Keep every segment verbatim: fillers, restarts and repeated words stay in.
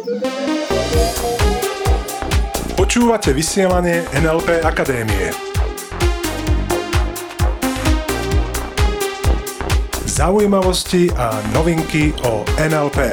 Počúvate vysielanie en el pé Akadémie. Zaujímavosti a novinky o en el pé.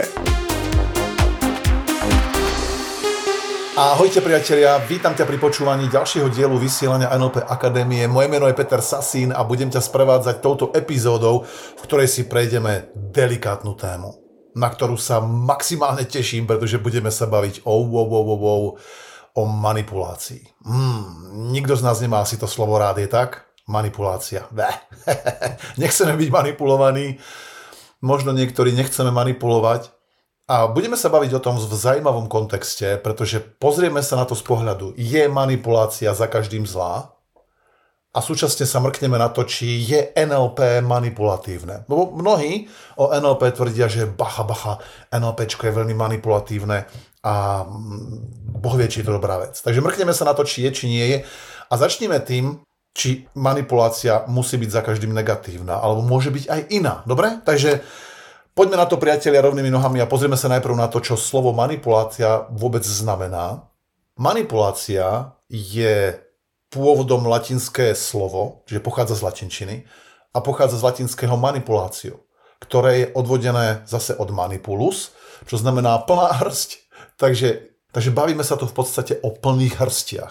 Ahojte priatelia, vítam ťa pri počúvaní ďalšieho dielu vysielania en el pé Akadémie. Moje meno je Peter Sasín a budem ťa sprevádzať touto epizódou, v ktorej si prejdeme delikátnu tému, na ktorú sa maximálne teším, pretože budeme sa baviť o, o, o, o, o, o manipulácii. Hmm, nikto z nás nemá asi to slovo rád, je tak? Manipulácia. Bé. Nechceme byť manipulovaní, možno niektorí nechceme manipulovať. A budeme sa baviť o tom v zaujímavom kontexte, pretože pozrieme sa na to z pohľadu, je manipulácia za každým zlá? A súčasne sa mrkneme na to, či je en el pé manipulatívne. Lebo mnohí o en el pé tvrdia, že bacha, bacha, en el péčko je veľmi manipulatívne a Boh vie, či je to dobrá vec. Takže mrkneme sa na to, či je, či nie je. A začneme tým, či manipulácia musí byť za každým negatívna, alebo môže byť aj iná. Dobre? Takže poďme na to, priatelia, rovnými nohami a pozrieme sa najprv na to, čo slovo manipulácia vôbec znamená. Manipulácia je pôvodom latinské slovo, čiže pochádza z latinčiny a pochádza z latinského manipuláciu, ktoré je odvodené zase od manipulus, čo znamená plná hrsti. Takže, takže bavíme sa tu v podstate o plných hrstiach.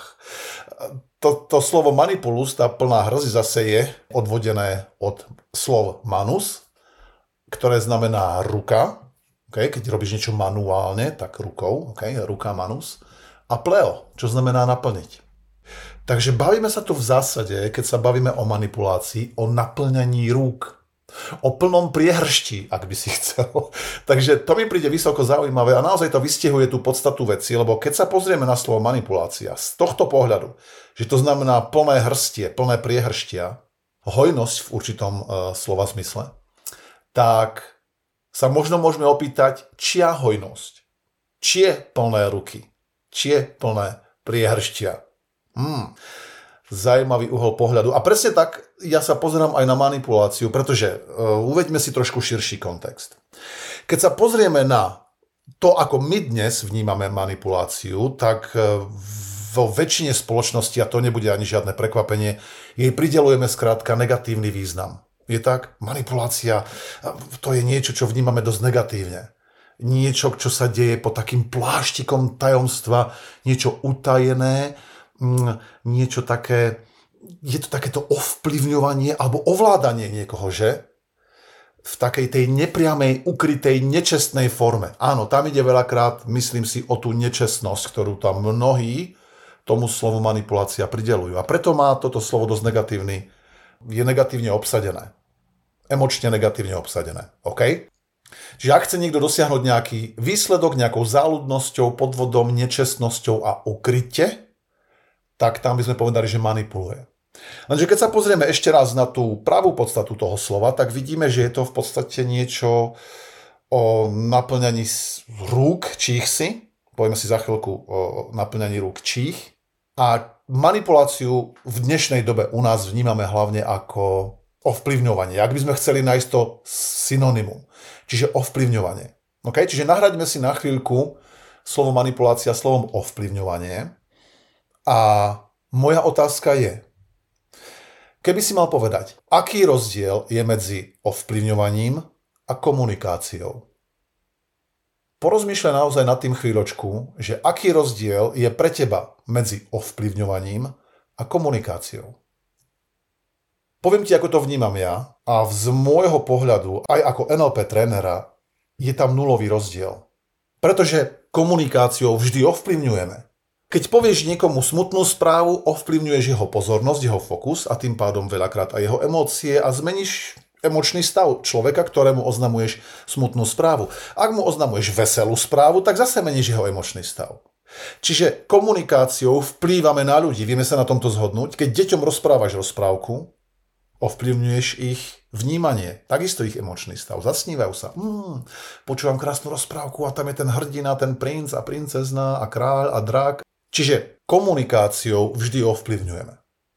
To, to slovo manipulus, tá plná hrsť zase je odvodené od slov manus, ktoré znamená ruka, okay? Keď robíš niečo manuálne, tak rukou, okay? Ruka manus, a pleo, čo znamená naplniť. Takže bavíme sa tu v zásade, keď sa bavíme o manipulácii, o naplňaní rúk, o plnom priehršti, ak by si chcel. Takže to mi príde vysoko zaujímavé a naozaj to vystihuje tú podstatu veci, lebo keď sa pozrieme na slovo manipulácia z tohto pohľadu, že to znamená plné hrstie, plné priehrštia, hojnosť v určitom uh, slova zmysle, tak sa možno môžeme opýtať, čia hojnosť, čie plné ruky, čie plné priehrštia. Hmm, zajímavý uhol pohľadu. A presne tak ja sa pozerám aj na manipuláciu, pretože uh, uveďme si trošku širší kontext. Keď sa pozrieme na to, ako my dnes vnímame manipuláciu, tak uh, vo väčšine spoločnosti, a to nebude ani žiadne prekvapenie, jej prideľujeme skrátka negatívny význam. Je tak? Manipulácia, to je niečo, čo vnímame dosť negatívne. Niečo, čo sa deje pod takým pláštikom tajomstva, niečo utajené, niečo také, je to takéto ovplyvňovanie alebo ovládanie niekoho, že? V takej tej nepriamej, ukrytej, nečestnej forme. Áno, tam ide veľakrát, myslím si, o tú nečestnosť, ktorú tam mnohí tomu slovu manipulácia prideľujú. A preto má toto slovo dosť negatívny, je negatívne obsadené. Emočne negatívne obsadené. OK? Čiže ak chce niekto dosiahnuť nejaký výsledok nejakou záľudnosťou, podvodom, nečestnosťou a ukryte, tak tam by sme povedali, že manipuluje. Lenže keď sa pozrieme ešte raz na tú pravú podstatu toho slova, tak vidíme, že je to v podstate niečo o naplňaní rúk číchsi. Povieme si za chvíľku o naplňaní rúk čích. A manipuláciu v dnešnej dobe u nás vnímame hlavne ako ovplyvňovanie. Ak by sme chceli nájsť to synonymum. Čiže ovplyvňovanie. Okay? Čiže nahraďme si na chvíľku slovo manipulácia slovom ovplyvňovanie. A moja otázka je, keby si mal povedať, aký rozdiel je medzi ovplyvňovaním a komunikáciou? Porozmýšľaj naozaj nad tým chvíľočku, že aký rozdiel je pre teba medzi ovplyvňovaním a komunikáciou. Poviem ti, ako to vnímam ja, a z môjho pohľadu, aj ako en el pé trénera, je tam nulový rozdiel. Pretože komunikáciou vždy ovplyvňujeme. Keď povieš niekomu smutnú správu, ovplyvňuješ jeho pozornosť, jeho fokus a tým pádom veľakrát aj jeho emócie a zmeníš emočný stav človeka, ktorému oznamuješ smutnú správu. Ak mu oznamuješ veselú správu, tak zase meníš jeho emočný stav. Čiže komunikáciou vplývame na ľudí, vieme sa na tomto zhodnúť. Keď deťom rozprávaš rozprávku, ovplyvňuješ ich vnímanie, takisto ich emočný stav. Zasnívajú sa. Hmm, počúvam krásnu rozprávku a tam je ten hrdina, ten princ a princezna a kráľ a drak. Čiže komunikáciou vždy ovplyvňujeme.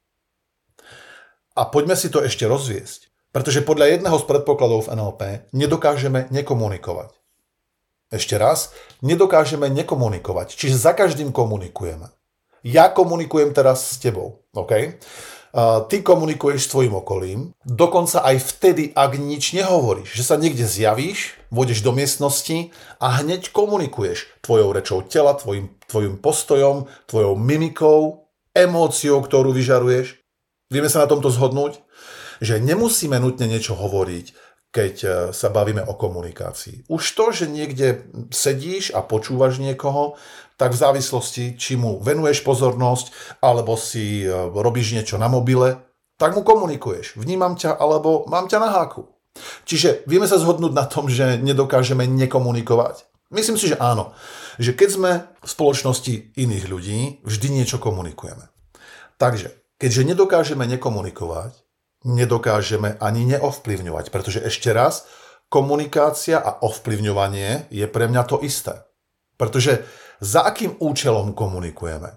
A poďme si to ešte rozviesť. Pretože podľa jedného z predpokladov v en el pé nedokážeme nekomunikovať. Ešte raz, nedokážeme nekomunikovať, čiže za každým komunikujeme. Ja komunikujem teraz s tebou, OK? Uh, ty komunikuješ s tvojim okolím, dokonca aj vtedy, ak nič nehovoríš, že sa niekde zjavíš, vôjdeš do miestnosti a hneď komunikuješ tvojou rečou tela, tvojim, tvojim postojom, tvojou mimikou, emóciou, ktorú vyžaruješ. Vieme sa na tomto zhodnúť, že nemusíme nutne niečo hovoriť, keď sa bavíme o komunikácii. Už to, že niekde sedíš a počúvaš niekoho, tak v závislosti, či mu venuješ pozornosť, alebo si robíš niečo na mobile, tak mu komunikuješ. Vnímam ťa, alebo mám ťa na háku. Čiže vieme sa zhodnúť na tom, že nedokážeme nekomunikovať. Myslím si, že áno. Že keď sme v spoločnosti iných ľudí, vždy niečo komunikujeme. Takže, keďže nedokážeme nekomunikovať, nedokážeme ani neovplyvňovať, pretože ešte raz, komunikácia a ovplyvňovanie je pre mňa to isté. Pretože za akým účelom komunikujeme?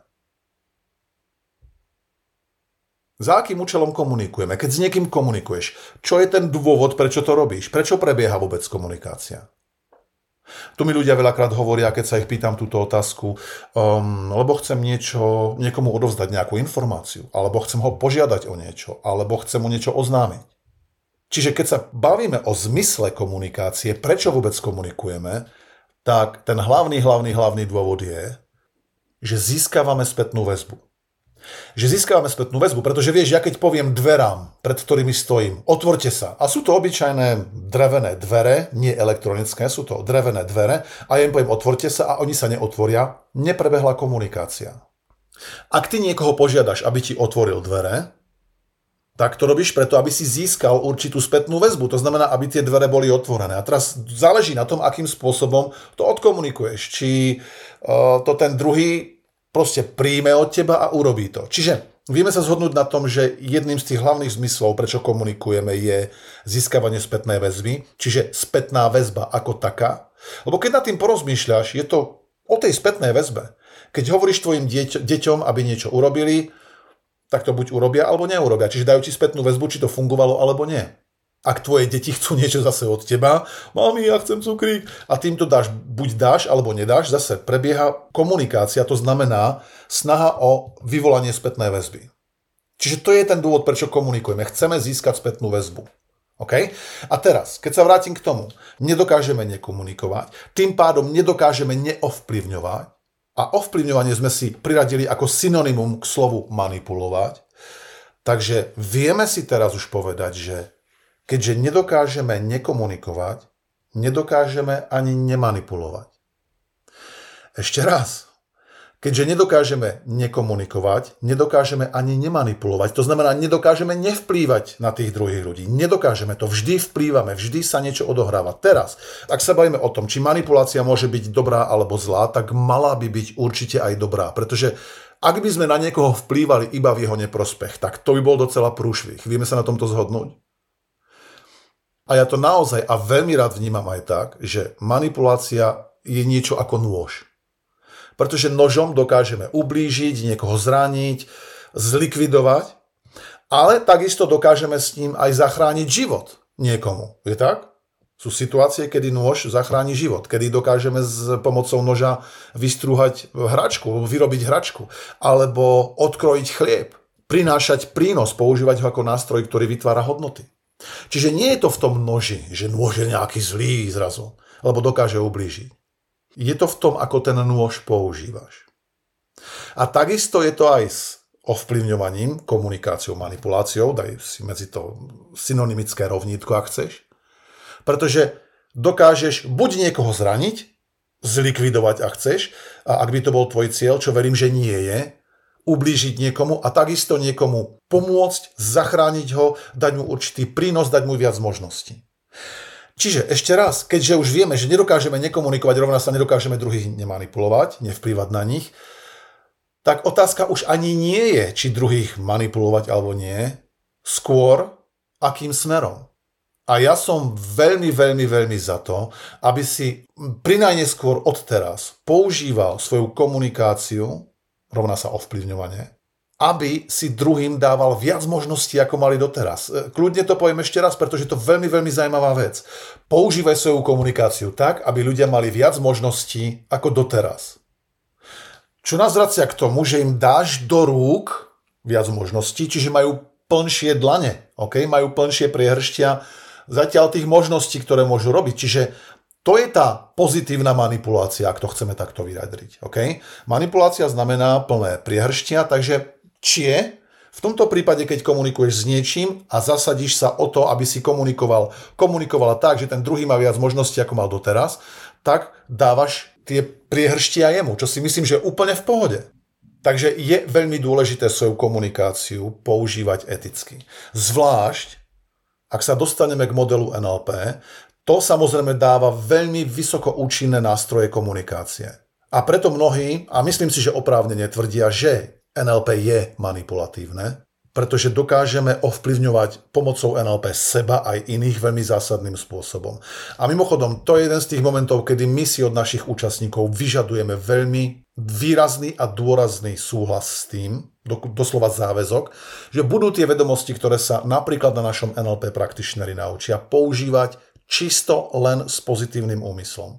Za akým účelom komunikujeme? Keď s niekým komunikuješ, čo je ten dôvod, prečo to robíš? Prečo prebieha vôbec komunikácia? Tu mi ľudia veľakrát hovoria, keď sa ich pýtam túto otázku, um, lebo chcem niečo, niekomu odovzdať nejakú informáciu, alebo chcem ho požiadať o niečo, alebo chcem mu niečo oznámiť. Čiže keď sa bavíme o zmysle komunikácie, prečo vôbec komunikujeme, tak ten hlavný, hlavný, hlavný dôvod je, že získavame spätnú väzbu. Že získavame spätnú väzbu, pretože vieš, ja keď poviem dverám, pred ktorými stojím, otvorte sa. A sú to obyčajné drevené dvere, nie elektronické, sú to drevené dvere a ja im poviem otvorte sa a oni sa neotvoria, neprebehla komunikácia. Ak ty niekoho požiadaš, aby ti otvoril dvere, tak to robíš preto, aby si získal určitú spätnú väzbu. To znamená, aby tie dvere boli otvorené. A teraz záleží na tom, akým spôsobom to odkomunikuješ. Či uh, to ten druhý proste príjme od teba a urobí to. Čiže vieme sa zhodnúť na tom, že jedným z tých hlavných zmyslov, prečo komunikujeme, je získavanie spätnej väzby, čiže spätná väzba ako taká. Lebo keď nad tým porozmýšľaš, je to o tej spätnej väzbe. Keď hovoríš tvojim dieť, deťom, aby niečo urobili, tak to buď urobia, alebo neurobia. Čiže dajú ti spätnú väzbu, či to fungovalo, alebo nie. Ak tvoje deti chcú niečo zase od teba, mami, ja chcem cukrík, a tým to dáš, buď dáš, alebo nedáš, zase prebieha komunikácia, to znamená snaha o vyvolanie spätnej väzby. Čiže to je ten dôvod, prečo komunikujeme. Chceme získať spätnú väzbu. Okay? A teraz, keď sa vrátim k tomu, nedokážeme nekomunikovať, tým pádom nedokážeme neovplyvňovať, a ovplyvňovanie sme si priradili ako synonymum k slovu manipulovať, takže vieme si teraz už povedať, že keďže nedokážeme nekomunikovať, nedokážeme ani nemanipulovať. Ešte raz. Keďže nedokážeme nekomunikovať, nedokážeme ani nemanipulovať. To znamená, nedokážeme nevplývať na tých druhých ľudí. Nedokážeme to. Vždy vplývame, vždy sa niečo odohráva. Teraz, ak sa bavíme o tom, či manipulácia môže byť dobrá alebo zlá, tak mala by byť určite aj dobrá. Pretože ak by sme na niekoho vplývali iba v jeho neprospech, tak to by bol docela prúšvih. Vieme sa na tomto zhodnúť? A ja to naozaj a veľmi rád vnímam aj tak, že manipulácia je niečo ako nôž. Pretože nožom dokážeme ublížiť, niekoho zraniť, zlikvidovať, ale takisto dokážeme s ním aj zachrániť život niekomu. Je tak? Sú situácie, kedy nôž zachráni život, kedy dokážeme s pomocou noža vystrúhať hračku, vyrobiť hračku, alebo odkrojiť chlieb, prinášať prínos, používať ho ako nástroj, ktorý vytvára hodnoty. Čiže nie je to v tom noži, že nôž je nejaký zlý zrazu, lebo dokáže ublížiť. Je to v tom, ako ten nôž používaš. A takisto je to aj s ovplyvňovaním, komunikáciou, manipuláciou, daj si medzi to synonymické rovnítko, ak chceš. Pretože dokážeš buď niekoho zraniť, zlikvidovať, ak chceš, a ak by to bol tvoj cieľ, čo verím, že nie je, ublížiť niekomu a takisto niekomu pomôcť, zachrániť ho, dať mu určitý prínos, dať mu viac možností. Čiže ešte raz, keďže už vieme, že nedokážeme nekomunikovať, rovná sa nedokážeme druhých nemanipulovať, nevplývať na nich, tak otázka už ani nie je, či druhých manipulovať alebo nie, skôr akým smerom. A ja som veľmi, veľmi, veľmi za to, aby si prinajneskôr odteraz používal svoju komunikáciu, rovná sa ovplyvňovanie, aby si druhým dával viac možností, ako mali doteraz. Kľudne to poviem ešte raz, pretože to je veľmi, veľmi zaujímavá vec. Používaj svoju komunikáciu tak, aby ľudia mali viac možností ako doteraz. Čo nás vracia k tomu, že im dáš do rúk viac možností, čiže majú plnšie dlane, okay? Majú plnšie priehrštia zatiaľ tých možností, ktoré môžu robiť. Čiže to je tá pozitívna manipulácia, ak to chceme takto vyjadriť. Okay? Manipulácia znamená plné priehrštia, takže či v tomto prípade, keď komunikuješ s niečím a zasadíš sa o to, aby si komunikoval, komunikovala tak, že ten druhý má viac možností, ako mal doteraz, tak dávaš tie priehrštia jemu, čo si myslím, že je úplne v pohode. Takže je veľmi dôležité svoju komunikáciu používať eticky. Zvlášť, ak sa dostaneme k modelu en el pé, to samozrejme dáva veľmi vysoko účinné nástroje komunikácie. A preto mnohí, a myslím si, že oprávnene tvrdia, že en el pé je manipulatívne, pretože dokážeme ovplyvňovať pomocou en el pé seba aj iných veľmi zásadným spôsobom. A mimochodom, to je jeden z tých momentov, kedy my si od našich účastníkov vyžadujeme veľmi výrazný a dôrazný súhlas s tým, doslova záväzok, že budú tie vedomosti, ktoré sa napríklad na našom en el pé practitioneri naučia, používať čisto len s pozitívnym úmyslom.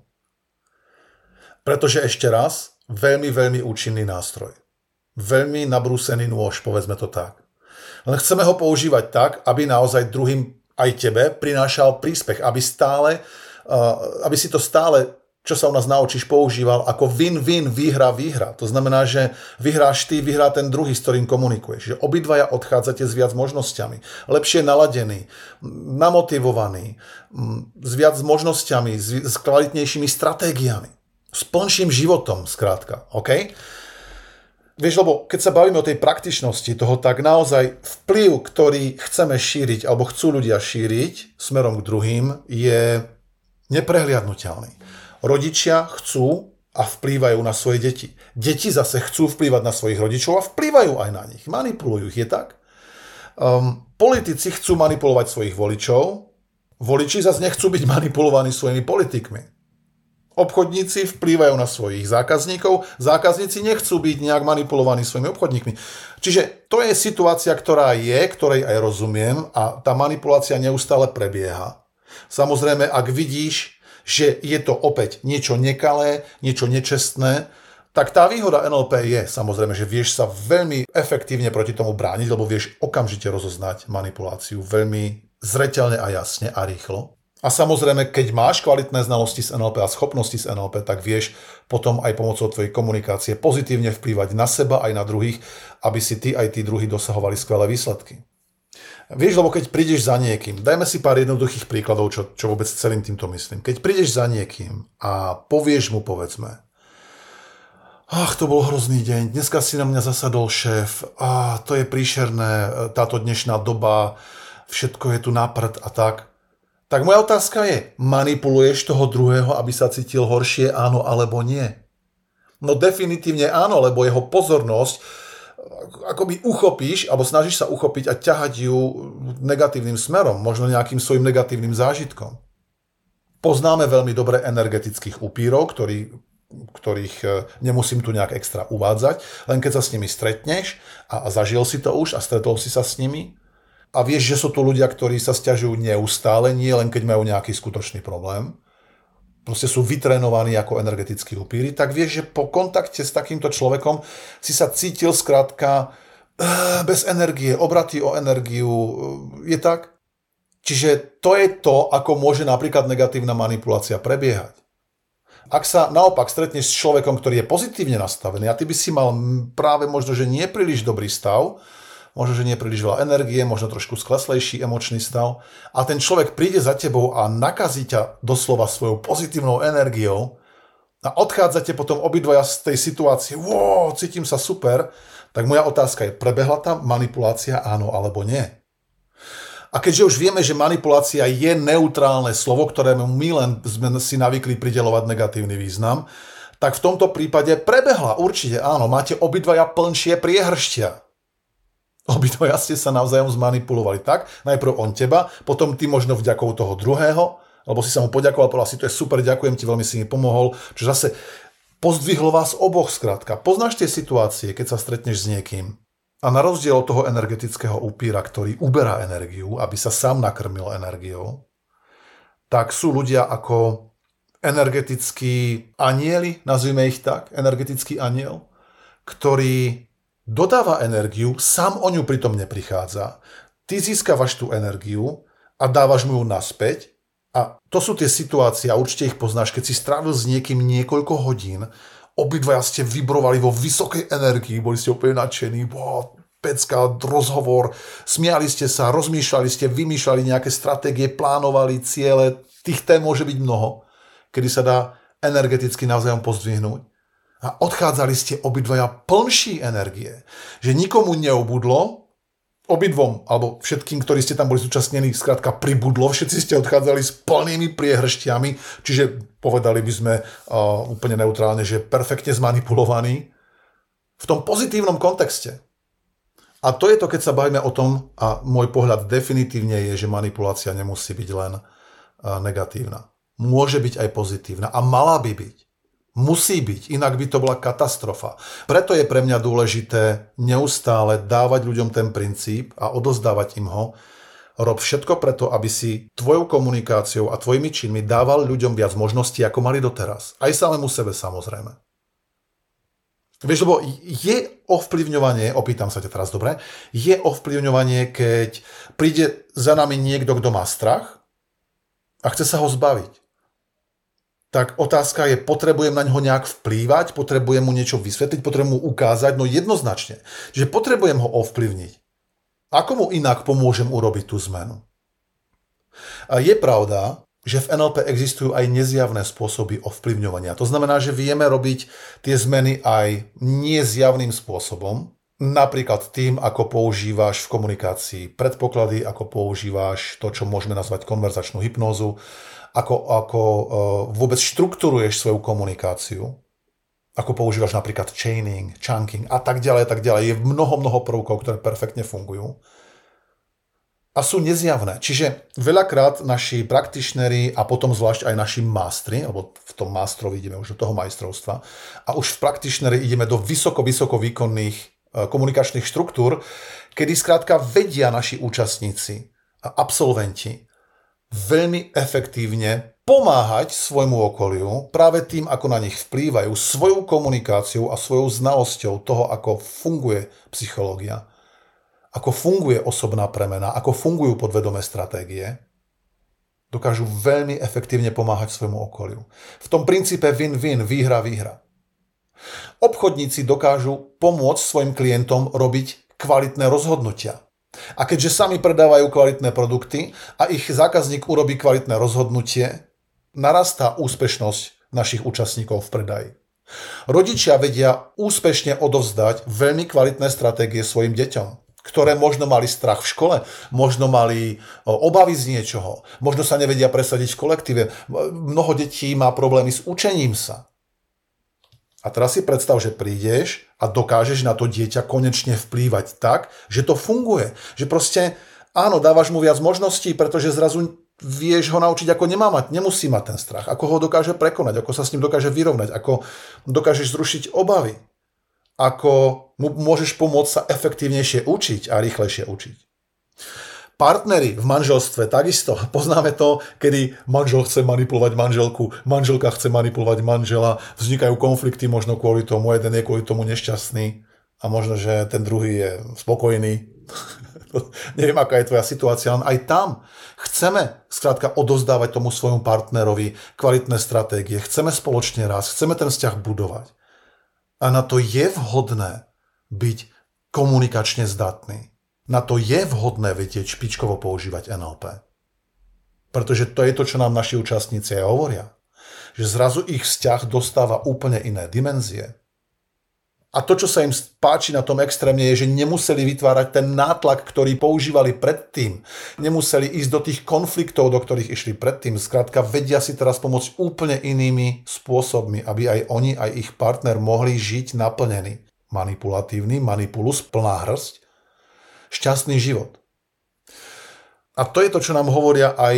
Pretože ešte raz, veľmi, veľmi účinný nástroj. Veľmi nabrúsený nôž, povedzme to tak. Len chceme ho používať tak, aby naozaj druhým aj tebe prinášal príspech, aby stále, aby si to stále, čo sa u nás naučíš, používal ako win-win, výhra, výhra. To znamená, že vyhráš ty, vyhrá ten druhý, s ktorým komunikuješ. Že obidvaja odchádzate s viac možnosťami. Lepšie naladení, namotivovaní, s viac možnosťami, s kvalitnejšími stratégiami. S plnším životom, skrátka. OK? Vieš, lebo keď sa bavíme o tej praktičnosti toho, tak naozaj vplyv, ktorý chceme šíriť, alebo chcú ľudia šíriť smerom k druhým, je neprehliadnutelný. Rodičia chcú a vplývajú na svoje deti. Deti zase chcú vplývať na svojich rodičov a vplývajú aj na nich. Manipulujú ich, je tak? Um, politici chcú manipulovať svojich voličov, voliči zase nechcú byť manipulovaní svojimi politikmi. Obchodníci vplývajú na svojich zákazníkov, zákazníci nechcú byť nejak manipulovaní svojimi obchodníkmi. Čiže to je situácia, ktorá je, ktorej aj rozumiem a tá manipulácia neustále prebieha. Samozrejme, ak vidíš, že je to opäť niečo nekalé, niečo nečestné, tak tá výhoda en el pé je samozrejme, že vieš sa veľmi efektívne proti tomu brániť, lebo vieš okamžite rozoznať manipuláciu veľmi zreteľne a jasne a rýchlo. A samozrejme, keď máš kvalitné znalosti z en el pé a schopnosti z en el pé, tak vieš potom aj pomocou tvojej komunikácie pozitívne vplývať na seba aj na druhých, aby si ty aj tí druhí dosahovali skvelé výsledky. Vieš, lebo keď prídeš za niekým, dajme si pár jednoduchých príkladov, čo, čo vôbec celým týmto myslím. Keď prídeš za niekým a povieš mu, povedzme, ach, to bol hrozný deň, dneska si na mňa zasadol šéf, ah, to je príšerné, táto dnešná doba, všetko je tu na prd a tak. Tak moja otázka je, manipuluješ toho druhého, aby sa cítil horšie, áno alebo nie? No definitívne áno, lebo jeho pozornosť akoby uchopíš, alebo snažíš sa uchopiť a ťahať ju negatívnym smerom, možno nejakým svojim negatívnym zážitkom. Poznáme veľmi dobre energetických upírov, ktorí, ktorých nemusím tu nejak extra uvádzať, len keď sa s nimi stretneš a, a zažil si to už a stretol si sa s nimi, a vieš, že sú tu ľudia, ktorí sa sťažujú neustále, nie len keď majú nejaký skutočný problém, proste sú vytrénovaní ako energetickí upíry, tak vieš, že po kontakte s takýmto človekom si sa cítil skrátka bez energie, obratý o energiu, je tak? Čiže to je to, ako môže napríklad negatívna manipulácia prebiehať. Ak sa naopak stretneš s človekom, ktorý je pozitívne nastavený a ty by si mal práve možno, že nie príliš dobrý stav, možno, že nie príliš veľa energie, možno trošku skleslejší emočný stav a ten človek príde za tebou a nakazí ťa doslova svojou pozitívnou energiou a odchádzate potom obidvaja z tej situácie, wow, cítim sa super, tak moja otázka je, prebehla tá manipulácia, áno alebo nie? A keďže už vieme, že manipulácia je neutrálne slovo, ktorému my len sme si navykli prideľovať negatívny význam, tak v tomto prípade prebehla, určite áno, máte obidvaja plnšie priehrštia. Obidvaja ste sa navzájom zmanipulovali tak, najprv on teba, potom ty možno vďakou toho druhého, lebo si sa mu poďakoval, povedal si, to je super, ďakujem ti, veľmi si mi pomohol, čo zase pozdvihlo vás oboch skrátka. Poznáš tie situácie, keď sa stretneš s niekým A na rozdiel od toho energetického upíra, ktorý uberá energiu, aby sa sám nakrmil energiou, tak sú ľudia ako energetickí anieli, nazvime ich tak, energetický aniel, ktorý dodáva energiu, sám o ňu pritom neprichádza. Ty získavaš tú energiu a dávaš mu ju naspäť. A to sú tie situácie, a určite ich poznáš, keď si strávil s niekým niekoľko hodín, obidvaja ste vibrovali vo vysokej energii, boli ste úplne nadšení, wow, pecka, rozhovor, smiali ste sa, rozmýšľali ste, vymýšľali nejaké stratégie, plánovali ciele, tých tém môže byť mnoho, kedy sa dá energeticky navzájom pozdvihnúť. A odchádzali ste obidvaja plnší energie, že nikomu neobudlo, obidvom, alebo všetkým, ktorí ste tam boli zúčastnení, skrátka pribudlo, všetci ste odchádzali s plnými priehršťami, čiže povedali by sme uh, úplne neutrálne, že perfektne zmanipulovaní v tom pozitívnom kontexte. A to je to, keď sa bavíme o tom, a môj pohľad definitívne je, že manipulácia nemusí byť len uh, negatívna. Môže byť aj pozitívna a mala by byť. Musí byť, inak by to bola katastrofa. Preto je pre mňa dôležité neustále dávať ľuďom ten princíp a odozdávať im ho. Rob všetko preto, aby si tvojou komunikáciou a tvojimi činmi dával ľuďom viac možností, ako mali doteraz. Aj samému sebe, samozrejme. Vieš, lebo je ovplyvňovanie, opýtam sa ťa teraz, dobre, je ovplyvňovanie, keď príde za nami niekto, kto má strach a chce sa ho zbaviť. Tak otázka je, potrebujem na ňo nejak vplývať, potrebujem mu niečo vysvetliť, potrebujem mu ukázať, no jednoznačne, že potrebujem ho ovplyvniť. Ako mu inak pomôžem urobiť tú zmenu? A je pravda, že v en el pé existujú aj nezjavné spôsoby ovplyvňovania. To znamená, že vieme robiť tie zmeny aj nezjavným spôsobom, napríklad tým, ako používaš v komunikácii predpoklady, ako používaš to, čo môžeme nazvať konverzačnú hypnózu, ako, ako uh, vôbec štruktúruješ svoju komunikáciu, ako používaš napríklad chaining, chunking a tak ďalej, tak ďalej. Je mnoho, mnoho prvkov, ktoré perfektne fungujú a sú nezjavné. Čiže veľakrát naši practitioneri a potom zvlášť aj naši mástri, alebo v tom mástrovi ideme už do toho majstrovstva, a už v practitioneri ideme do vysoko, vysoko výkonných uh, komunikačných štruktúr, kedy skrátka vedia naši účastníci a absolventi veľmi efektívne pomáhať svojmu okoliu práve tým, ako na nich vplývajú svojou komunikáciou a svojou znalosťou toho, ako funguje psychológia, ako funguje osobná premena, ako fungujú podvedomé stratégie, dokážu veľmi efektívne pomáhať svojmu okoliu. V tom princípe win-win, výhra-výhra. Obchodníci dokážu pomôcť svojim klientom robiť kvalitné rozhodnutia. A keďže sami predávajú kvalitné produkty a ich zákazník urobí kvalitné rozhodnutie, narastá úspešnosť našich účastníkov v predaji. Rodičia vedia úspešne odovzdať veľmi kvalitné stratégie svojim deťom, ktoré možno mali strach v škole, možno mali obavy z niečoho, možno sa nevedia presadiť v kolektíve. Mnoho detí má problémy s učením sa. A teraz si predstav, že prídeš a dokážeš na to dieťa konečne vplývať tak, že to funguje. Že proste, áno, dávaš mu viac možností, pretože zrazu vieš ho naučiť, ako nemá mať, nemusí mať ten strach, ako ho dokáže prekonať, ako sa s ním dokáže vyrovnať, ako dokážeš zrušiť obavy, ako mu môžeš pomôcť sa efektívnejšie učiť a rýchlejšie učiť. Partneri v manželstve takisto. Poznáme to, kedy manžel chce manipulovať manželku, manželka chce manipulovať manžela, vznikajú konflikty možno kvôli tomu, jeden je kvôli tomu nešťastný a možno, že ten druhý je spokojný. Neviem, aká je tvoja situácia, ale aj tam chceme skrátka odozdávať tomu svojmu partnerovi kvalitné stratégie, chceme spoločne rásť, chceme ten vzťah budovať. A na to je vhodné byť komunikačne zdatný. Na to je vhodné vedieť špičkovo používať en el pé. Pretože to je to, čo nám naši účastníci aj hovoria. Že zrazu ich vzťah dostáva úplne iné dimenzie. A to, čo sa im páči na tom extrémne, je, že nemuseli vytvárať ten nátlak, ktorý používali predtým. Nemuseli ísť do tých konfliktov, do ktorých išli predtým. Skrátka, vedia si teraz pomôcť úplne inými spôsobmi, aby aj oni, aj ich partner mohli žiť naplnený. Manipulatívny, manipulus, plná hrsť. Šťastný život. A to je to, čo nám hovoria aj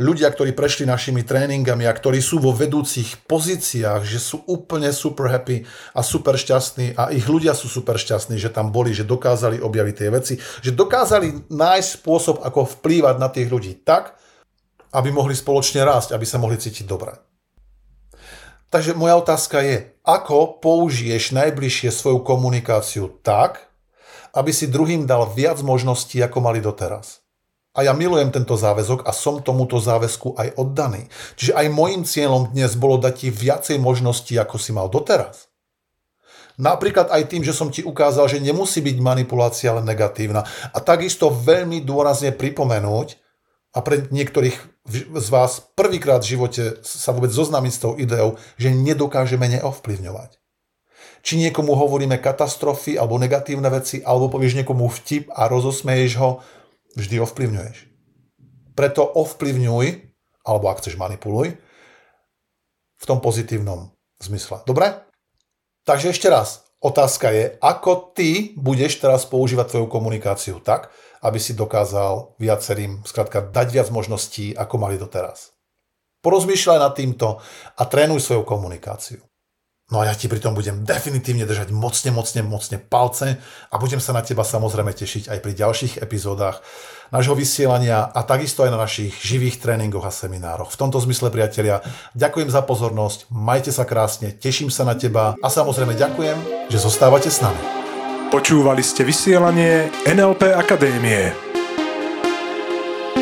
ľudia, ktorí prešli našimi tréningami a ktorí sú vo vedúcich pozíciách, že sú úplne super happy a super šťastní a ich ľudia sú super šťastní, že tam boli, že dokázali objaviť tie veci, že dokázali nájsť spôsob, ako vplývať na tých ľudí tak, aby mohli spoločne rásť, aby sa mohli cítiť dobre. Takže moja otázka je, ako použiješ najbližšie svoju komunikáciu tak, aby si druhým dal viac možností, ako mali doteraz. A ja milujem tento záväzok a som tomuto záväzku aj oddaný. Čiže aj môjim cieľom dnes bolo dať ti viacej možností, ako si mal doteraz. Napríklad aj tým, že som ti ukázal, že nemusí byť manipulácia len negatívna. A takisto veľmi dôrazne pripomenúť, a pre niektorých z vás prvýkrát v živote sa vôbec zoznámiť s tou ideou, že nedokážeme neovplyvňovať. Či niekomu hovoríme katastrofy alebo negatívne veci, alebo povieš niekomu vtip a rozosmeješ ho, vždy ovplyvňuješ. Preto ovplyvňuj, alebo ak chceš manipuluj, v tom pozitívnom zmysle. Dobre? Takže ešte raz, otázka je, ako ty budeš teraz používať tvoju komunikáciu tak, aby si dokázal viacerým, skrátka, dať viac možností, ako mali doteraz. Porozmýšľaj nad týmto a trénuj svoju komunikáciu. No a ja ti pri tom budem definitívne držať mocne, mocne, mocne palce a budem sa na teba samozrejme tešiť aj pri ďalších epizódach nášho vysielania a takisto aj na našich živých tréningoch a seminároch. V tomto zmysle, priatelia, ďakujem za pozornosť, majte sa krásne, teším sa na teba a samozrejme ďakujem, že zostávate s nami. Počúvali ste vysielanie en el pé Akadémie.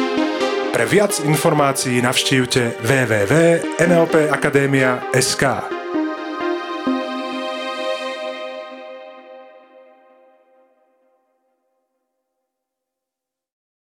Pre viac informácií navštívte w w w bodka en el pé akadémia bodka es ká.